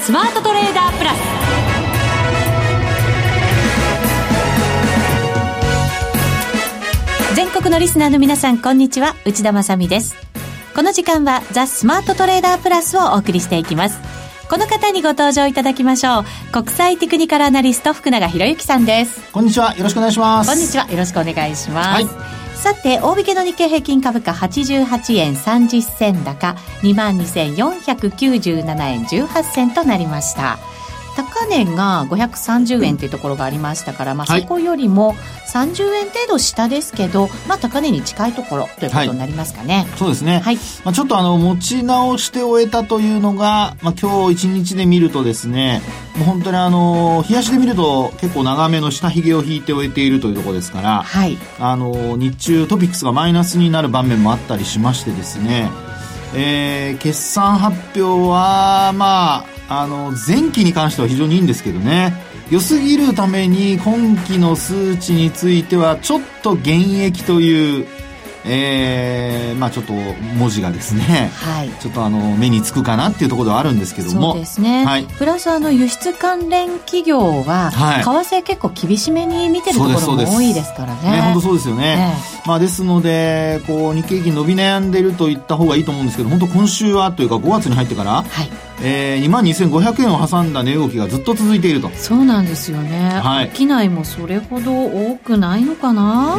スマートトレーダープラス。全国のリスナーの皆さん、こんにちは、内田まさみです。この時間はザ・スマートトレーダープラスをお送りしていきます。この方にご登場いただきましょう。国際テクニカルアナリスト福永博之さんです。 こんにちは、よろしくお願いします。 こんにちは、よろしくお願いします。 はい、 さて、大引けの日経平均株価88円30銭高 22,497 円18銭となりました。高値が530円というところがありましたから、そこよりも30円程度下ですけど、高値に近いところということになりますかね。 そうですね。ちょっと持ち直して終えたというのが、今日一日で見るとですね、もう本当に日足で見ると結構長めの下髭を引いて終えているというところですから、日中トピックスがマイナスになる場面もあったりしましてですね、決算発表は前期に関しては非常にいいんですけどね、良すぎるために今期の数値についてはちょっと減益という、ちょっと文字がですね、ちょっと目につくかなっていうところではあるんですけども、 そうですね。プラス輸出関連企業は、為替結構厳しめに見てるところも多いですからね。 本当そうですよね。ですので日経平均伸び悩んでると言った方がいいと思うんですけど、本当今週はというか5月に入ってから、22,500 円を挟んだ値動きがずっと続いていると。 そうなんですよね。商いもそれほど多くないのかな。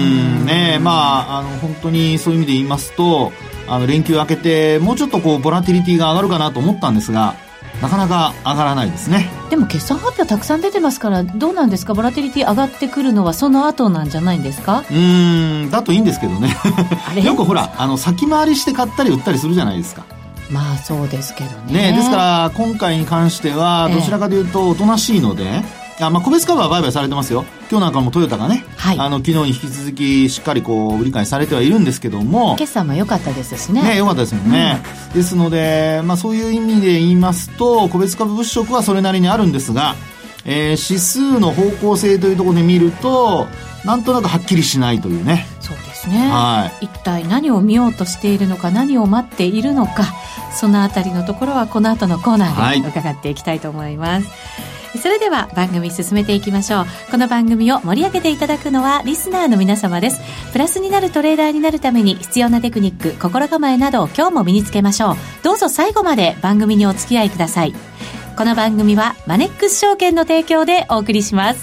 本当にそういう意味で言いますと、連休明けてもうちょっとボラティリティが上がるかなと思ったんですが、なかなか上がらないですね。 でも決算発表たくさん出てますから、どうなんですか、ボラティリティ上がってくるのはその後なんじゃないんですか。 だといいんですけどねよくほら先回りして買ったり売ったりするじゃないですか。 そうですけどね。 ですから今回に関してはどちらかというとおとなしいので、個別株は売買されてますよ。今日なんかもトヨタがね、昨日に引き続きしっかり売り買いされてはいるんですけども、 決算も良かったですしね。 良かったですもんね。ですので、そういう意味で言いますと、個別株物色はそれなりにあるんですが、指数の方向性というところで見ると、なんとなくはっきりしないというね。 そうですね。一体何を見ようとしているのか、何を待っているのか、そのあたりのところはこの後のコーナーで伺っていきたいと思います。それでは番組進めていきましょう。この番組を盛り上げていただくのはリスナーの皆様です。プラスになるトレーダーになるために必要なテクニック、心構えなどを今日も身につけましょう。どうぞ最後まで番組にお付き合いください。この番組はマネックス証券の提供でお送りします。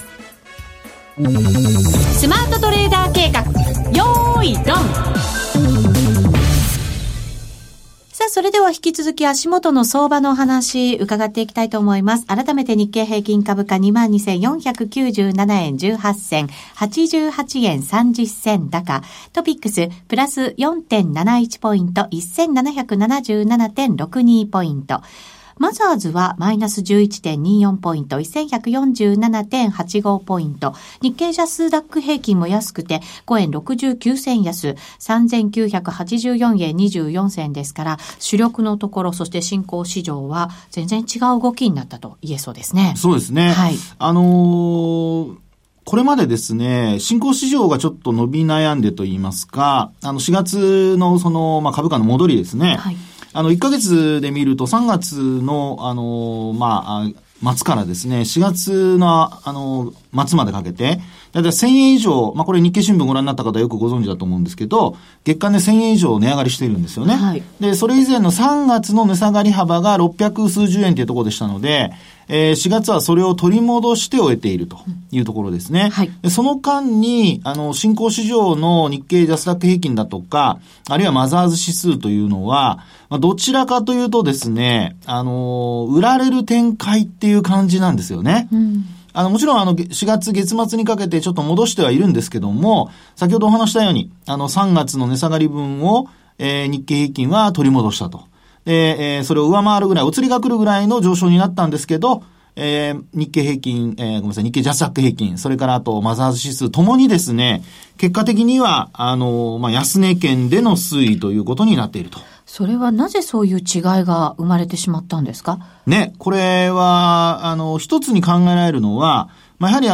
スマートトレーダー計画、よーいドン。それでは引き続き足元の相場の話伺っていきたいと思います。改めて日経平均株価 22,497 円18銭88円30銭高、トピックスプラス 4.71 ポイント 1777.62 ポイント、マザーズはマイナス 11.24 ポイント 1147.85 ポイント、日経ジャスダック平均も安くて5円69銭安 3984 円24銭ですから、主力のところ、そして新興市場は全然違う動きになったと言えそうですね。 そうですね。これまでですね、新興市場がちょっと伸び悩んでと言いますか、4月の株価の戻りですね。1ヶ月で見ると3月の末からですね、4月の末までかけて、だいたい1000円以上、これ日経新聞ご覧になった方はよくご存知だと思うんですけど、月間で1000円以上値上がりしているんですよね。で、それ以前の3月の値下がり幅が600数十円というところでしたので、4月はそれを取り戻して終えているというところですね。でその間に、新興市場の日経ジャスダック平均だとか、あるいはマザーズ指数というのは、どちらかというとですね、売られる展開っていう感じなんですよね。もちろん4月月末にかけてちょっと戻してはいるんですけども、先ほどお話したように、3月の値下がり分を、日経平均は取り戻したと。で、それを上回るぐらい、お釣りが来るぐらいの上昇になったんですけど、日経平均、ごめんなさい、日経ジャスダック平均、それからあとマザーズ指数ともにですね、結果的には、安値圏での推移ということになっていると。 それはなぜそういう違いが生まれてしまったんですか？ ね、これは、一つに考えられるのは、やはり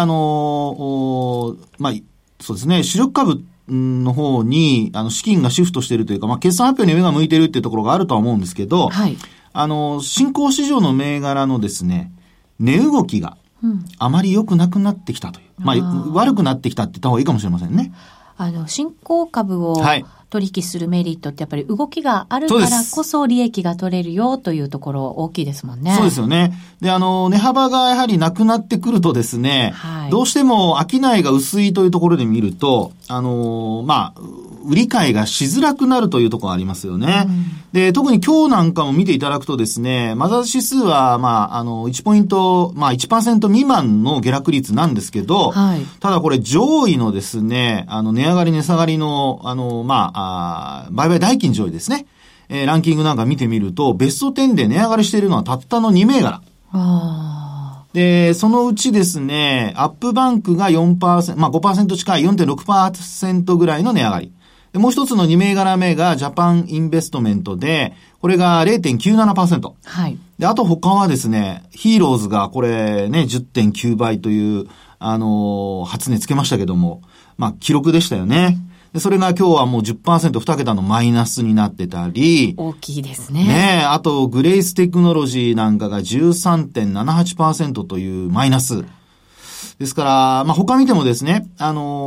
そうですね、主力株の方に、資金がシフトしているというか、決算発表に目が向いているっていうところがあるとは思うんですけど、 新興市場の銘柄のですね、値動きがあまり良くなくなってきたという。悪くなってきたって言った方がいいかもしれませんね。 新興株を取引するメリットってやっぱり動きがあるからこそ利益が取れるよというところ大きいですもんね。 そうですよね。で、値幅がやはりなくなってくるとですね、どうしても商いが薄いというところで見ると、売り買いがしづらくなるというところがありますよね。で、特に今日なんかも見ていただくとですね、マザーズ指数は、1ポイント、1% 未満の下落率なんですけど、ただこれ上位のですね、値上がり値下がりの、売買代金上位ですね。ランキングなんか見てみると、ベスト10で値上がりしているのはたったの2銘柄。で、そのうちですね、アップバンクが 4%、5% 近い 4.6% ぐらいの値上がり。でもう一つの2銘柄目がジャパンインベストメントで、これが 0.97%。で、あと他はですね、ヒーローズがこれね、10.9 倍という、初値つけましたけども、記録でしたよね。で、それが今日はもう 10% 2桁のマイナスになってたり。 大きいですね。 あと、グレイステクノロジーなんかが 13.78% というマイナス。ですから、他見てもですね、ベスト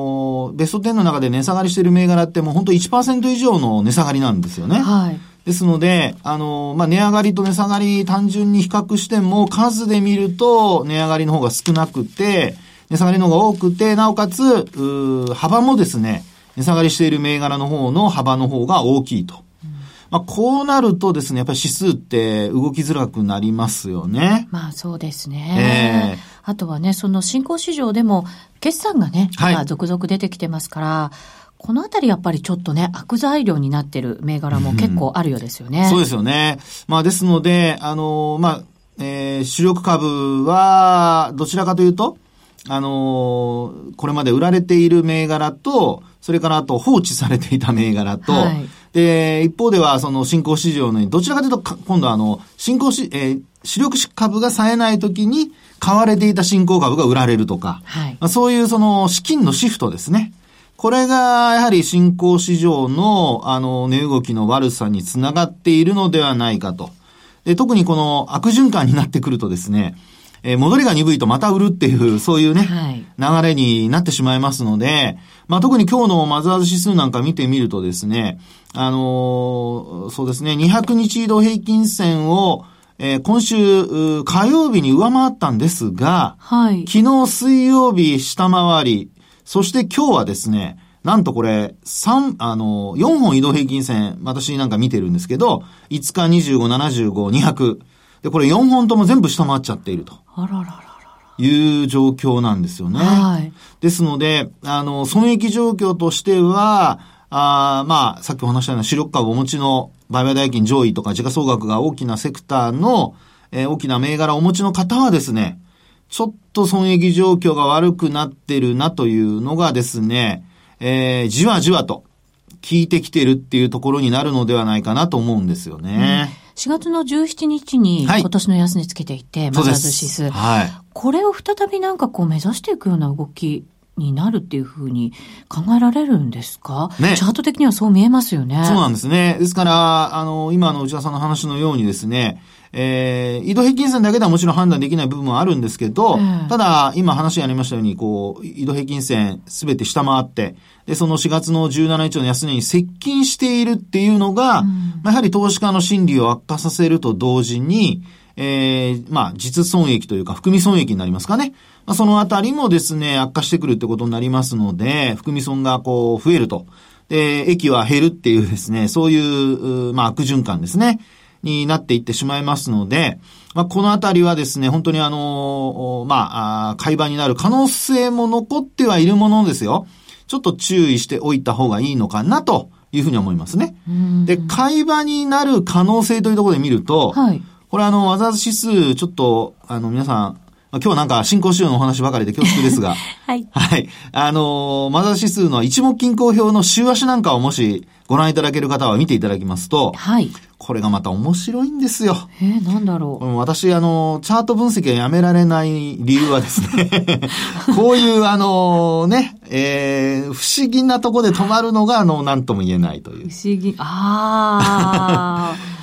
10の中で値下がりしている銘柄ってもう本当 1% 以上の値下がりなんですよね。ですので、値上がりと値下がり単純に比較しても数で見ると値上がりの方が少なくて、値下がりの方が多くて、なおかつ、幅もですね、値下がりしている銘柄の方の幅の方が大きいと。こうなるとですね、やっぱり指数って動きづらくなりますよね。 そうですね。あとはね、その新興市場でも決算がね、続々出てきてますから、このあたりやっぱりちょっとね、悪材料になってる銘柄も結構あるようですよね。 そうですよね。ですので、主力株はどちらかというと、これまで売られている銘柄と、それからあと放置されていた銘柄と、で、一方ではその新興市場のどちらかというと、今度は主力株が冴えない時に買われていた新興株が売られるとか、そういうその資金のシフトですね。これがやはり新興市場の値動きの悪さにつながっているのではないかと。で、特にこの悪循環になってくるとですね、戻りが鈍いとまた売るっていう、そういうね、流れになってしまいますので、特に今日のマザーズ指数なんか見てみるとですね、そうですね、200日移動平均線を、今週火曜日に上回ったんですが、昨日水曜日下回り、そして今日はですね、なんとこれ、4本移動平均線、私なんか見てるんですけど、5日、25、75、200。で、これ4本とも全部下回っちゃっていると。いう状況なんですよね。ですので、損益状況としては、さっきお話したような主力株をお持ちの売買代金上位とか時価総額が大きなセクターの、大きな銘柄をお持ちの方はですね、ちょっと損益状況が悪くなってるなというのがですね、じわじわと効いてきてるっていうところになるのではないかなと思うんですよね。 4月の17日に今年の安値つけていて、マザーズ指数。これを再びなんか目指していくような動きになるっていうふうに考えられるんですか？チャート的にはそう見えますよね。 そうなんですね。ですから、今の内田さんの話のようにですね、移動平均線だけではもちろん判断できない部分はあるんですけど、ただ、今話にありましたように、移動平均線すべて下回って、で、その4月の17日の安値に接近しているっていうのが、やはり投資家の心理を悪化させると同時に、実損益というか、含み損益になりますかね。そのあたりもですね、悪化してくるってことになりますので、含み損が増えると。で、益は減るっていうですね、そういう、悪循環ですね。になっていってしまいますので、このあたりはですね、本当に買い場になる可能性も残ってはいるものですよ。ちょっと注意しておいた方がいいのかなというふうに思いますね。で、買い場になる可能性というところで見ると、これマザーズ指数、ちょっと、皆さん、今日なんか新興市場のお話ばかりで恐縮ですが、マザーズ指数の一目均衡表の週足なんかをもしご覧いただける方は見ていただきますと、これがまた面白いんですよ。 なんだろう。 私、チャート分析がやめられない理由はですね、こういう不思議なとこで止まるのが、なんとも言えないという。 不思議。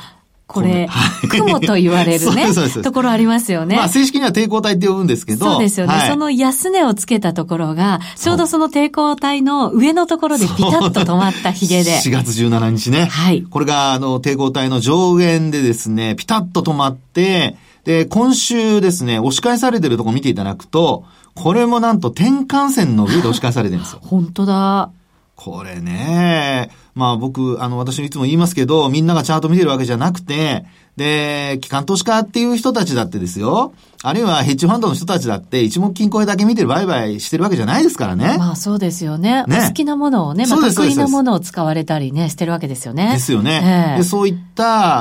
これ、雲と言われるね、ところありますよね。 まあ、正式には抵抗体って呼ぶんですけど。 そうですよね。はい、その安値をつけたところが、ちょうどその抵抗体の上のところでピタッと止まったヒゲで。 4月17日ね。 はい。 これが、抵抗体の上限でですね、ピタッと止まって、で、今週ですね、押し返されてるとこ見ていただくと、これもなんと転換線の上で押し返されてるんですよ。 本当だ。 これね、まあ僕、私いつも言いますけど、みんながチャート見てるわけじゃなくて、で、機関投資家っていう人たちだってですよ、あるいはヘッジファンドの人たちだって、一目金これだけ見てる売買してるわけじゃないですからね。 まあそうですよね。お好きなものをね、まあ、得意なものを使われたりね、してるわけですよね。 ですよね。で、そういった、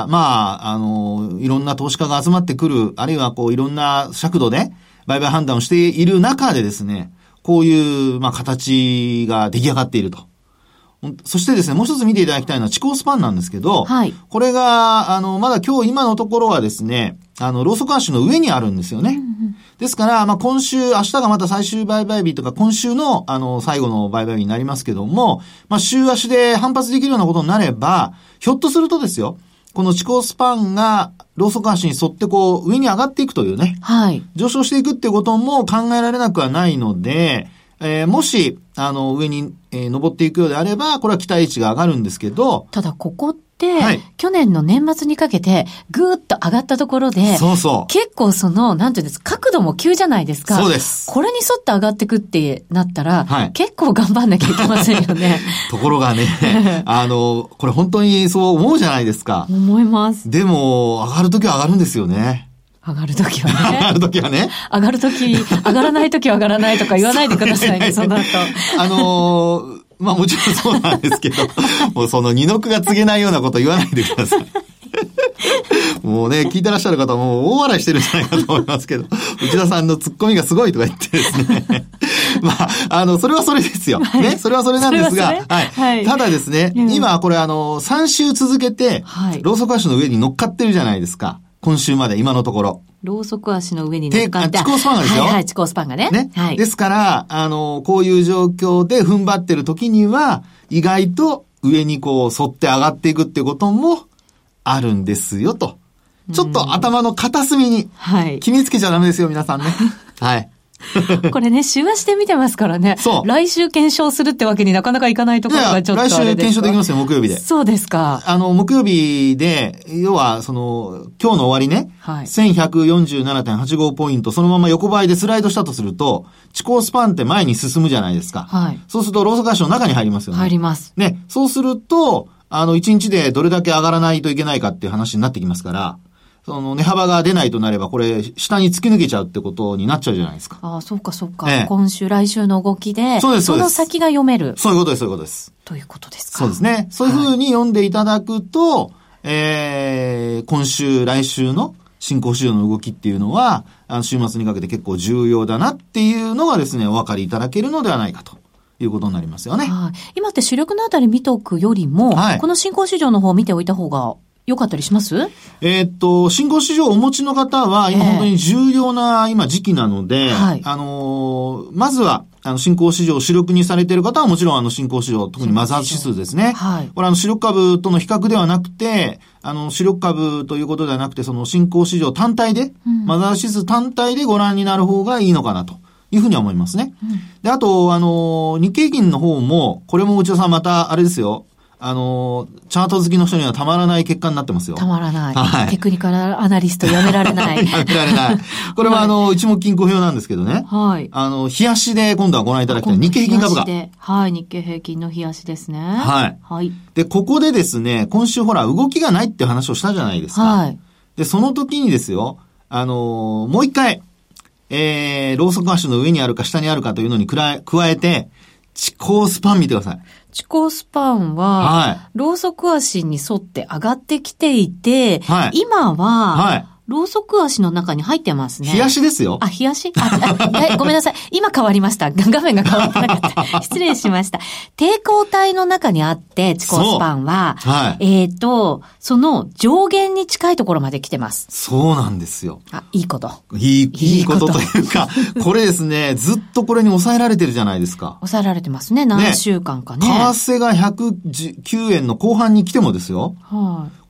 まあ、いろんな投資家が集まってくる、あるいはこう、いろんな尺度で売買判断をしている中でですね、こういう、まあ、形が出来上がっていると。そしてですね、もう一つ見ていただきたいのは、地高スパンなんですけど、はい。これが、まだ今のところはですね、ローソク足の上にあるんですよね。うんうん、ですから、まあ、今週、明日がまた最終売買日とか、今週の、最後の売買日になりますけども、まあ、週足で反発できるようなことになれば、ひょっとするとですよ、この地高スパンが、ローソク足に沿ってこう、上に上がっていくというね。はい。上昇していくっていうことも考えられなくはないので、もし、上に、登っていくようであれば、これは期待値が上がるんですけど。 ただ、ここって、はい、去年の年末にかけて、ぐーっと上がったところで、 そうそう。 結構なんていうんですか、角度も急じゃないですか。 そうです。 これに沿って上がってくってなったら、はい、結構頑張んなきゃいけませんよね。 ところがね、これ本当にそう思うじゃないですか。 思います。 でも、上がるときは上がるんですよね。 上がるときはね。 上がるときはね。 上がるとき、上がらないときは上がらないとか言わないでくださいね、その後。 まあもちろんそうなんですけど、もうその二の句が告げないようなこと言わないでください。もうね、聞いてらっしゃる方はもう大笑いしてるんじゃないかと思いますけど、内田さんのツッコミがすごいとか言ってですね。まあ、それはそれですよ。はい、ね。それはそれなんですが、はい。はい、ただですね、今これ3週続けて、ローソク足の上に乗っかってるじゃないですか。今週まで、今のところ。 ローソク足の上に乗っかって。 地高スパンがですよ。 はい、地高スパンがね。 ね。 はい。 ですから、こういう状況で踏ん張ってる時には、意外と上にこう、沿って上がっていくってこともあるんですよ、と。ちょっと頭の片隅に、決めつけちゃダメですよ、皆さんね。はい。 これね、週足で見てますからね。そう。来週検証するってわけになかなかいかないところがちょっとあれですか。 来週検証できますよ、木曜日で。 そうですか。 木曜日で、要は、今日の終わりね。はい。1147.85 ポイント、そのまま横ばいでスライドしたとすると、地高スパンって前に進むじゃないですか。はい。そうすると、ローソク足の中に入りますよね。 入ります。 ね。そうすると、1日でどれだけ上がらないといけないかっていう話になってきますから、値幅が出ないとなれば、これ、下に突き抜けちゃうってことになっちゃうじゃないですか。 ああ、そうか、そうか。今週、来週の動きで、 そうです、 その先が読める。 そういうことです、そういうことです。 ということですか。 そうですね。そういうふうに読んでいただくと、今週、来週の新興市場の動きっていうのは、週末にかけて結構重要だなっていうのがですね、お分かりいただけるのではないかと。いうことになりますよね。 はい。今って主力のあたり見ておくよりも、はい、この新興市場の方を見ておいた方が良かったりします？ 新興市場をお持ちの方は、今本当に重要な今時期なので、はい、まずは、新興市場を主力にされている方はもちろん新興市場、特にマザーズ指数ですね。はい。これ主力株との比較ではなくて、主力株ということではなくて、その新興市場単体で、マザーズ指数単体でご覧になる方がいいのかなと。いうふうには思いますね。うん、で、あと、日経平均の方も、これも内田さんまた、あれですよ。チャート好きの人にはたまらない結果になってますよ。 たまらない。はい。テクニカルアナリストやめられない。 やめられない。これは一目金小表なんですけどね。はい。日足で今度はご覧いただきたい。日経平均株価。 はい。日経平均の日足ですね。 はい。はい。で、ここでですね、今週ほら、動きがないって話をしたじゃないですか。はい。で、その時にですよ、もう一回、ローソク足の上にあるか下にあるかというのに加えて、地高スパン見てください。 地高スパンは、はい、ローソク足に沿って上がってきていて、はい、今は、はい、ローソク足の中に入ってますね。 日足ですよ。 あ、日足ごめんなさい。今変わりました。画面が変わってなかった。失礼しました。抵抗体の中にあって、地高スパンは、はい、その上限に近いところまで来てます。 そうなんですよ。 あ、いいこと。 いいことというか、これですね、ずっとこれに抑えられてるじゃないですか。 抑えられてますね。何週間かね。 為替が109円の後半に来てもですよ。はい。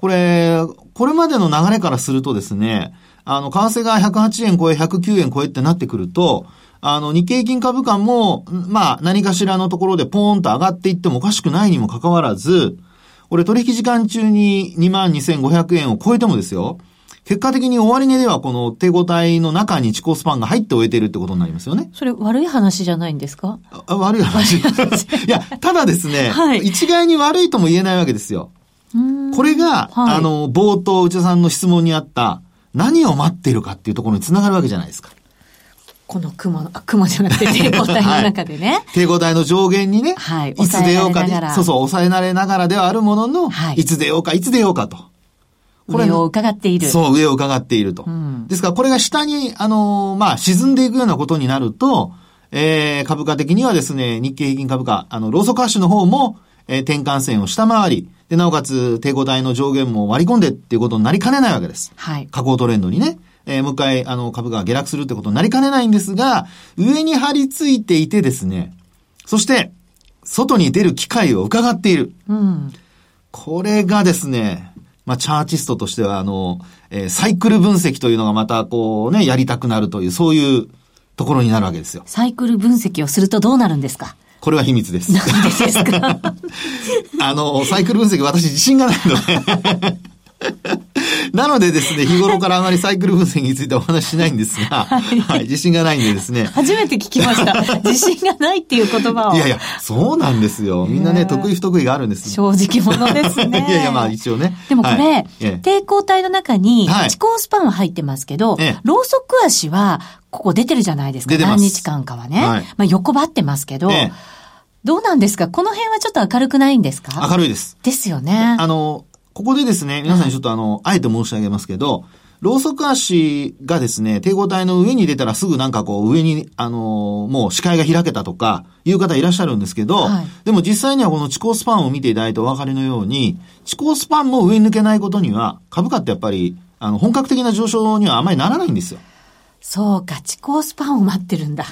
これまでの流れからするとですね、為替が108円超え、109円超えってなってくると、日経平均株価も、何かしらのところでポーンと上がっていってもおかしくないにもかかわらず、これ取引時間中に22,500円を超えてもですよ、結果的に終値ではこの手応えの中に地高スパンが入って終えているってことになりますよね。 それ悪い話じ悪いですか？ 悪い話。いや、ただですね、はい、一概に悪いとも言えないわけですよ。これが、はい、冒頭内田さんの質問にあった何を待っているかっていうところにつながるわけじゃないですか。 この雲じゃなくて抵抗体の中でね。 抵抗体の上限にね、はい、いつ出ようか、抑えられながらではあるものの、はい、いつ出ようかと。 これ上を伺っている。 そう、上を伺っていると。ですから、これが下に、沈んでいくようなことになると、株価的にはですね、日経平均株価、ローソク足の方も、転換線を下回り、で、なおかつ、抵抗体の上限も割り込んでっていうことになりかねないわけです。はい。下降トレンドにね。もう一回、株価が下落するってことになりかねないんですが、上に張り付いていてですね、そして、外に出る機会を伺っている。これがですね、チャーチストとしては、サイクル分析というのがまた、やりたくなるという、そういうところになるわけですよ。 サイクル分析をするとどうなるんですか？ これは秘密です。 なんでですか？ サイクル分析私自信がないので。なのでですね、日頃からあまりサイクル分析についてお話ししないんですが、はい、自信がないんでですね。 初めて聞きました。自信がないっていう言葉を。 いや、そうなんですよ。みんなね、得意不得意があるんです。 正直者ですね。 いや、一応ね。 でもこれ、抵抗体の中に、地高スパンは入ってますけど、ローソク足は、ここ出てるじゃないですか。何日間かはね。横ばってますけど、どうなんですか？この辺はちょっと明るくないんですか？ 明るいです。 ですよね。 ここでですね、皆さんにちょっとあえて申し上げますけど、ローソク足がですね、抵抗体の上に出たらすぐなんか上に、もう視界が開けたとか、いう方いらっしゃるんですけど、でも実際にはこの地高スパンを見ていただいてお分かりのように、地高スパンも上に抜けないことには、株価ってやっぱり、本格的な上昇にはあまりならないんですよ。 そうか、地高スパンを待ってるんだ。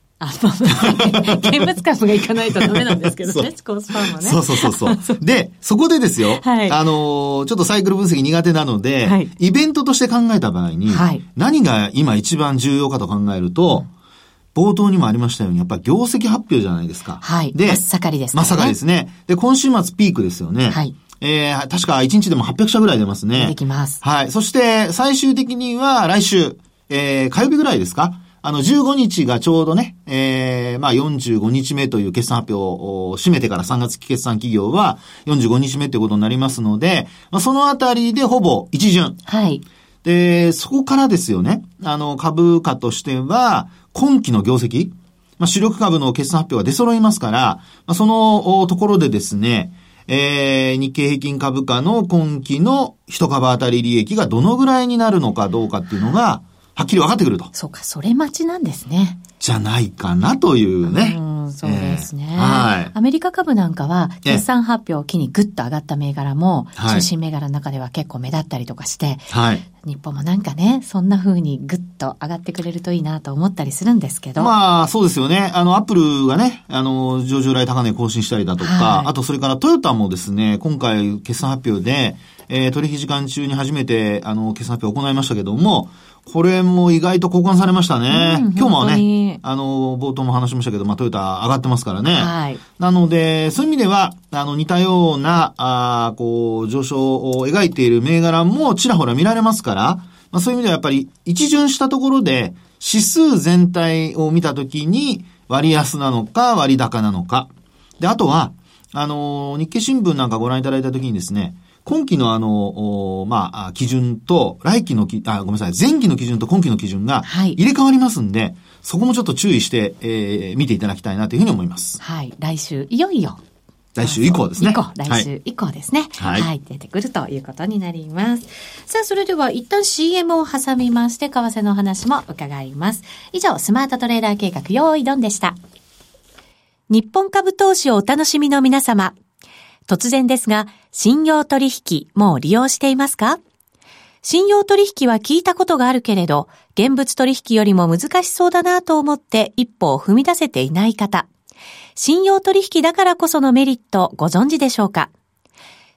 現物株がいかないとダメなんですけどね、地高スパンはね。 そう。で、そこでですよ、はい、ちょっとサイクル分析苦手なので、はい、イベントとして考えた場合に、はい、何が今一番重要かと考えると、冒頭にもありましたように、やっぱり業績発表じゃないですか。 はい。で、真っ盛りですね。 真っ盛りですね。で、今週末ピークですよね。はい。確か1日でも800社ぐらい出ますね。 出てきます。 はい。そして、最終的には来週、火曜日ぐらいですか？15日がちょうどね、45日目という決算発表を締めてから3月期決算企業は45日目ということになりますので、そのあたりでほぼ一巡。はい。で、そこからですよね、株価としては、今期の業績、主力株の決算発表が出揃いますから、そのところでですね、日経平均株価の今期の一株当たり利益がどのぐらいになるのかどうかっていうのが、はっきり分かってくると。 そうか、それ待ちなんですね。 じゃないかなというね。 そうですね。はい。アメリカ株なんかは、決算発表を機にグッと上がった銘柄も、中心銘柄の中では結構目立ったりとかして、はい。日本もなんかね、そんな風にグッと上がってくれるといいなと思ったりするんですけど。 そうですよね。アップルがね、上場来高値更新したりだとか、はい、あとそれからトヨタもですね、今回決算発表で、取引時間中に初めて、決算発表を行いましたけども、これも意外と交換されましたね。今日もね、冒頭も話しましたけど、トヨタ上がってますからね。はい。なので、そういう意味では、似たような、上昇を描いている銘柄もちらほら見られますから、そういう意味ではやっぱり一巡したところで、指数全体を見たときに、割安なのか割高なのか。で、あとは、日経新聞なんかご覧いただいたときにですね、今期の基準と、前期の基準と今期の基準が入れ替わりますんで、はい、そこもちょっと注意して、見ていただきたいなというふうに思います。 はい。来週、いよいよ。 来週以降ですね。 来週以降ですね。はい。はい。出てくるということになります。さあ、それでは一旦 CM を挟みまして、為替の話も伺います。以上、スマートトレーダー計画、用意ドンでした。日本株投資をお楽しみの皆様。突然ですが、信用取引、もう利用していますか？信用取引は聞いたことがあるけれど、現物取引よりも難しそうだなと思って一歩を踏み出せていない方。信用取引だからこそのメリット、ご存知でしょうか？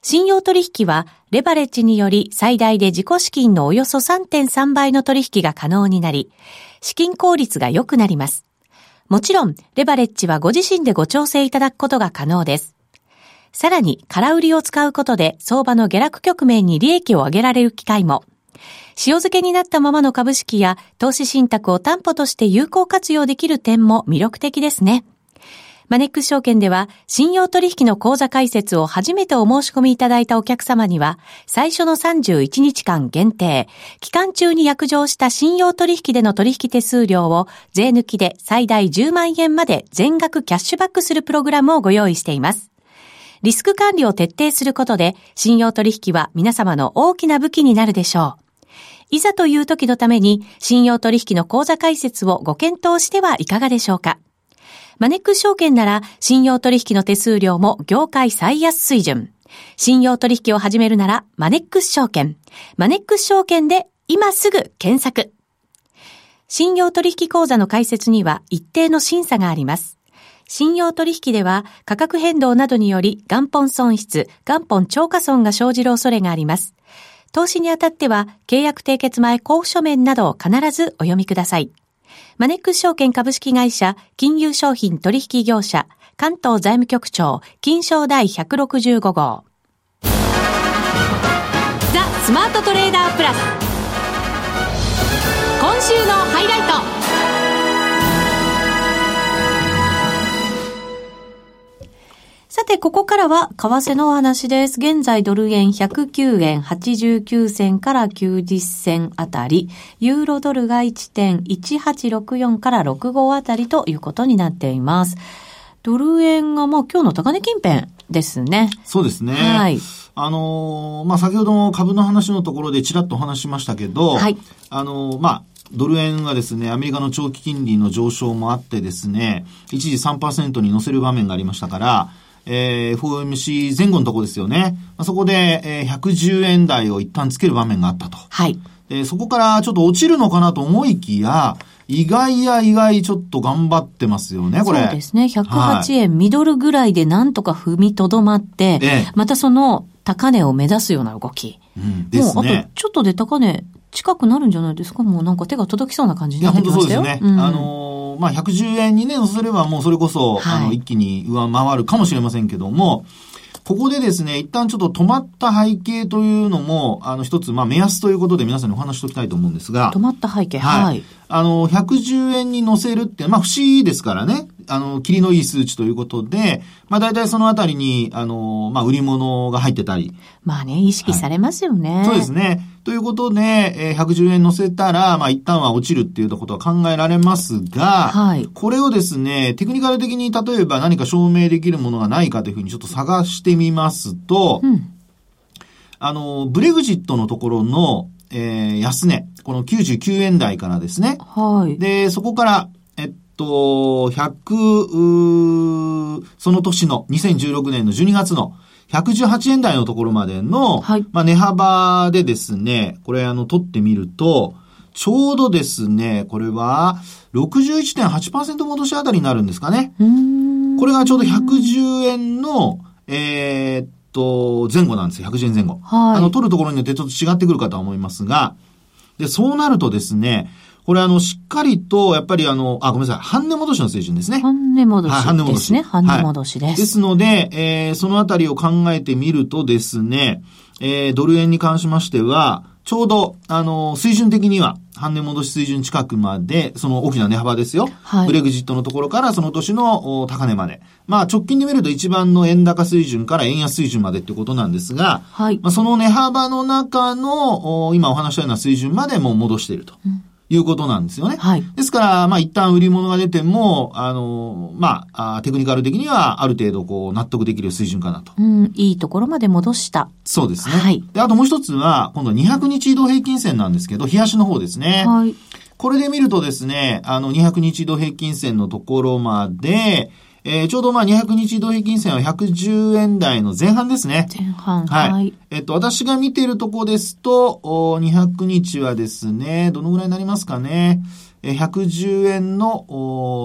信用取引はレバレッジにより最大で自己資金のおよそ 3.3 倍の取引が可能になり、資金効率が良くなります。もちろん、レバレッジはご自身でご調整いただくことが可能です。さらに、空売りを使うことで相場の下落局面に利益を上げられる機会も。塩漬けになったままの株式や投資信託を担保として有効活用できる点も魅力的ですね。マネックス証券では信用取引の口座開設を初めてお申し込みいただいたお客様には最初の31日間限定、期間中に約定した信用取引での取引手数料を税抜きで最大10万円まで全額キャッシュバックするプログラムをご用意しています。リスク管理を徹底することで信用取引は皆様の大きな武器になるでしょう。いざという時のために信用取引の口座開設をご検討してはいかがでしょうか。マネックス証券なら信用取引の手数料も業界最安水準。信用取引を始めるならマネックス証券。マネックス証券で今すぐ検索。信用取引口座の開設には一定の審査があります。信用取引では価格変動などにより元本損失、元本超過損が生じる恐れがあります。投資にあたっては契約締結前交付書面などを必ずお読みください。マネックス証券株式会社金融商品取引業者関東財務局長金商第165号ザ・スマートトレーダープラス今週のハイライト。さて、ここからは為替のお話です。現在ドル円109円89銭から90銭あたり、ユーロドルが 1.1864 から65あたりということになっています。ドル円がもう今日の高値近辺ですね。 そうですね。 はい。 先ほども株の話のところでちらっとお話しましたけど、はい。ドル円はですね、アメリカの長期金利の上昇もあってですね、一時 3% に乗せる場面がありましたから、FOMC 前後のところですよね。そこで、110円台を一旦つける場面があったと。 はい。 そこからちょっと落ちるのかなと思いきや、意外ちょっと頑張ってますよね、これ。 そうですね。108円ミドルぐらいでなんとか踏みとどまって、またその高値を目指すような動き。ですね。もうあとちょっとで高値近くなるんじゃないですか。もうなんか手が届きそうな感じになってきましたよ。 いや、本当そうですね。110円にね、乗せればもうそれこそ、一気に上回るかもしれませんけども、ここでですね、一旦ちょっと止まった背景というのも、一つ、目安ということで皆さんにお話ししておきたいと思うんですが。 止まった背景、はい。 110円に乗せるって、不思議ですからね。切りのいい数値ということで、大体そのあたりに、売り物が入ってたり。 意識されますよね。 そうですね。ということで、110円乗せたら、一旦は落ちるっていうことは考えられますが、はい。これをですね、テクニカル的に例えば何か証明できるものがないかというふうにちょっと探してみますと、ブレグジットのところの、安値、この99円台からですね。はい。で、そこから、その年の2016年の12月の118円台のところまでの、はい。値幅でですね、これ取ってみると、ちょうどですね、これは 61.8% 戻しあたりになるんですかね。これがちょうど110円の、前後なんですよ。110円前後。はい。取るところによってちょっと違ってくるかとは思いますが、で、そうなるとですね、これしっかりと、やっぱりごめんなさい、半値戻しの水準ですね。 半値戻しですね。はい、半値戻し。半値戻しです。 はい、ですので、そのあたりを考えてみるとですね、ドル円に関しましては、ちょうど、水準的には、半値戻し水準近くまで、その大きな値幅ですよ。はい。ブレグジットのところからその年の高値まで。直近で見ると一番の円高水準から円安水準までってことなんですが、はい。その値幅の中の、今お話したような水準までもう戻していると。いうことなんですよね。はい。ですから、一旦売り物が出ても、テクニカル的にはある程度納得できる水準かなと。 いいところまで戻した。 そうですね。はい。で、あともう一つは、今度200日移動平均線なんですけど、日足の方ですね。はい。これで見るとですね、200日移動平均線のところまで、ちょうど200日移動平均線は110円台の前半ですね。 前半。 はい。私が見ているところですと、200日はですね、どのぐらいになりますかね。110円の、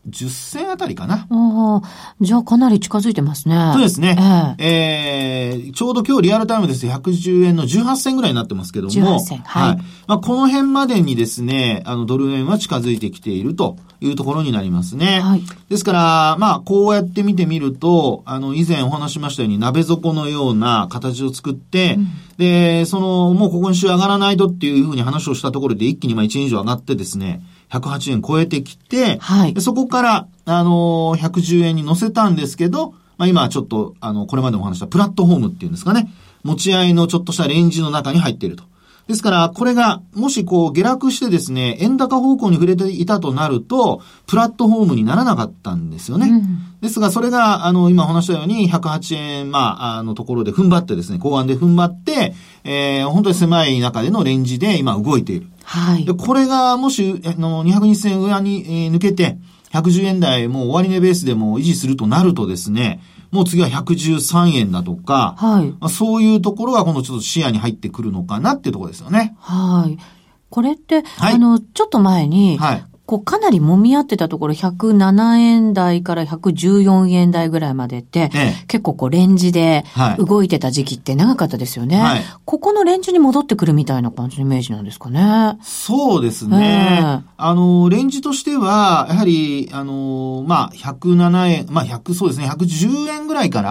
10銭あたりかな。 じゃあかなり近づいてますね。 そうですね。ちょうど今日リアルタイムです110円の18銭ぐらいになってますけども。 18銭。はい。 まあ、この辺までにですね、ドル円は近づいてきているというところになりますね。はい。ですから、まあ、こうやって見てみると、以前お話しましたように鍋底のような形を作って、で、もうここに週上がらないとっていうふうに話をしたところで一気に1円以上上がってですね、108円超えてきて、はい、でそこから、110円に乗せたんですけど、まあ、今はちょっと、これまでもお話したプラットフォームっていうんですかね、持ち合いのちょっとしたレンジの中に入っていると。ですから、これが、もし下落してですね、円高方向に触れていたとなると、プラットフォームにならなかったんですよね。ですが、それが、今お話したように、108円、ところで踏ん張ってですね、後半で踏ん張って、本当に狭い中でのレンジで今動いている。はい。で、これが、もし、200日線上に、抜けて、110円台もう終値ベースでも維持するとなるとですね、もう次は113円だとか、はい。そういうところが今度ちょっと視野に入ってくるのかなっていうところですよね。はい。 これって、はい、ちょっと前に、はい。かなり揉み合ってたところ、107円台から114円台ぐらいまでって、結構レンジで動いてた時期って長かったですよね。はい、ここのレンジに戻ってくるみたいな感じのイメージなんですかね。 そうですね。レンジとしては、やはり、107円、そうですね、110円ぐらいから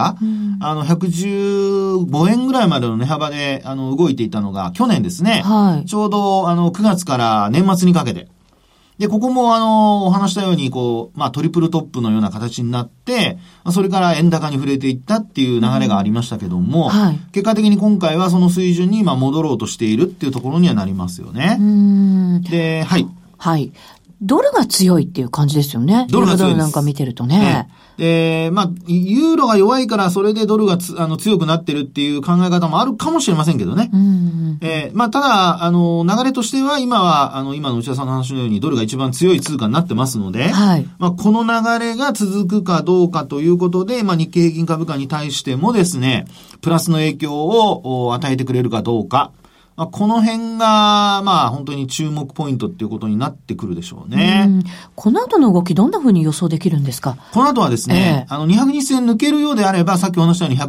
、115円ぐらいまでの値幅で、動いていたのが、去年ですね。はい。ちょうど、9月から年末にかけて。で、ここもお話したように、トリプルトップのような形になって、それから円高に触れていったっていう流れがありましたけども、はい、結果的に今回はその水準に戻ろうとしているっていうところにはなりますよね。で、はい。はい。 ドルが強いっていう感じですよね。 ドルが強いです。 なんか見てるとね。 で、ユーロが弱いからそれでドルが強くなってるっていう考え方もあるかもしれませんけどね。ただ、流れとしては今は、今の内田さんの話のようにドルが一番強い通貨になってますので、はい。この流れが続くかどうかということで、日経平均株価に対してもですね、プラスの影響を与えてくれるかどうか。この辺が、本当に注目ポイントっていうことになってくるでしょうね。 この後の動きどんな風に予想できるんですか？ この後はですね、200日線抜けるようであれば、さっきお話したように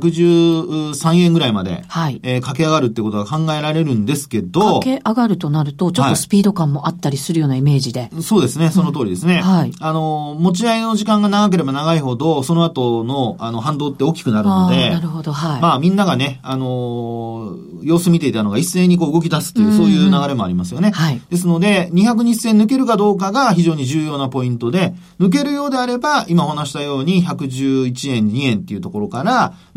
113円ぐらいまで、はい。駆け上がるってことが考えられるんですけど。 駆け上がるとなると、ちょっとスピード感もあったりするようなイメージで。 そうですね、その通りですね。はい。持ち合いの時間が長ければ長いほど、その後の、反動って大きくなるので。 なるほど、はい。 みんながね、様子見ていたのが一斉に動き出すっていう、そういう流れもありますよね。はい。ですので、200日線抜けるかどうかが非常に重要なポイントで、抜けるようであれば、今お話したように111円、2円っていうところから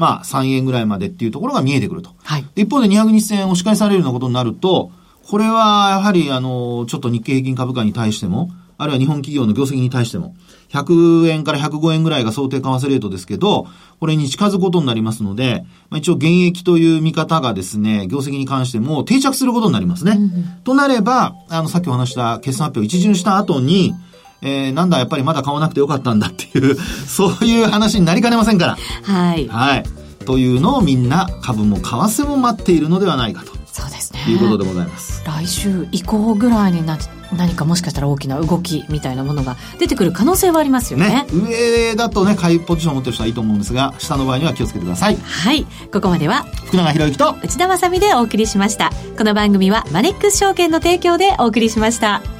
、3円ぐらいまでっていうところが見えてくると。はい。一方で200日線押し返されるようなことになると、これはやはりちょっと日経平均株価に対しても、あるいは日本企業の業績に対しても、100円から105円ぐらいが想定為替レートですけど、これに近づくことになりますので、一応現役という見方がですね、業績に関しても定着することになりますね。となれば、さっきお話した決算発表を一巡した後に、なんだやっぱりまだ買わなくてよかったんだっていう、そういう話になりかねませんから。はい。はい。というのをみんな株も為替も待っているのではないかと。 そうですね。 いうことでございます。 来週以降ぐらいに何かもしかしたら大きな動きみたいなものが出てくる可能性はありますよね。 上だとね、買いポジションを持ってる人はいいと思うんですが、下の場合には気をつけてください。 はい。ここまでは福永博之と内田まさみでお送りしました。この番組はマネックス証券の提供でお送りしました。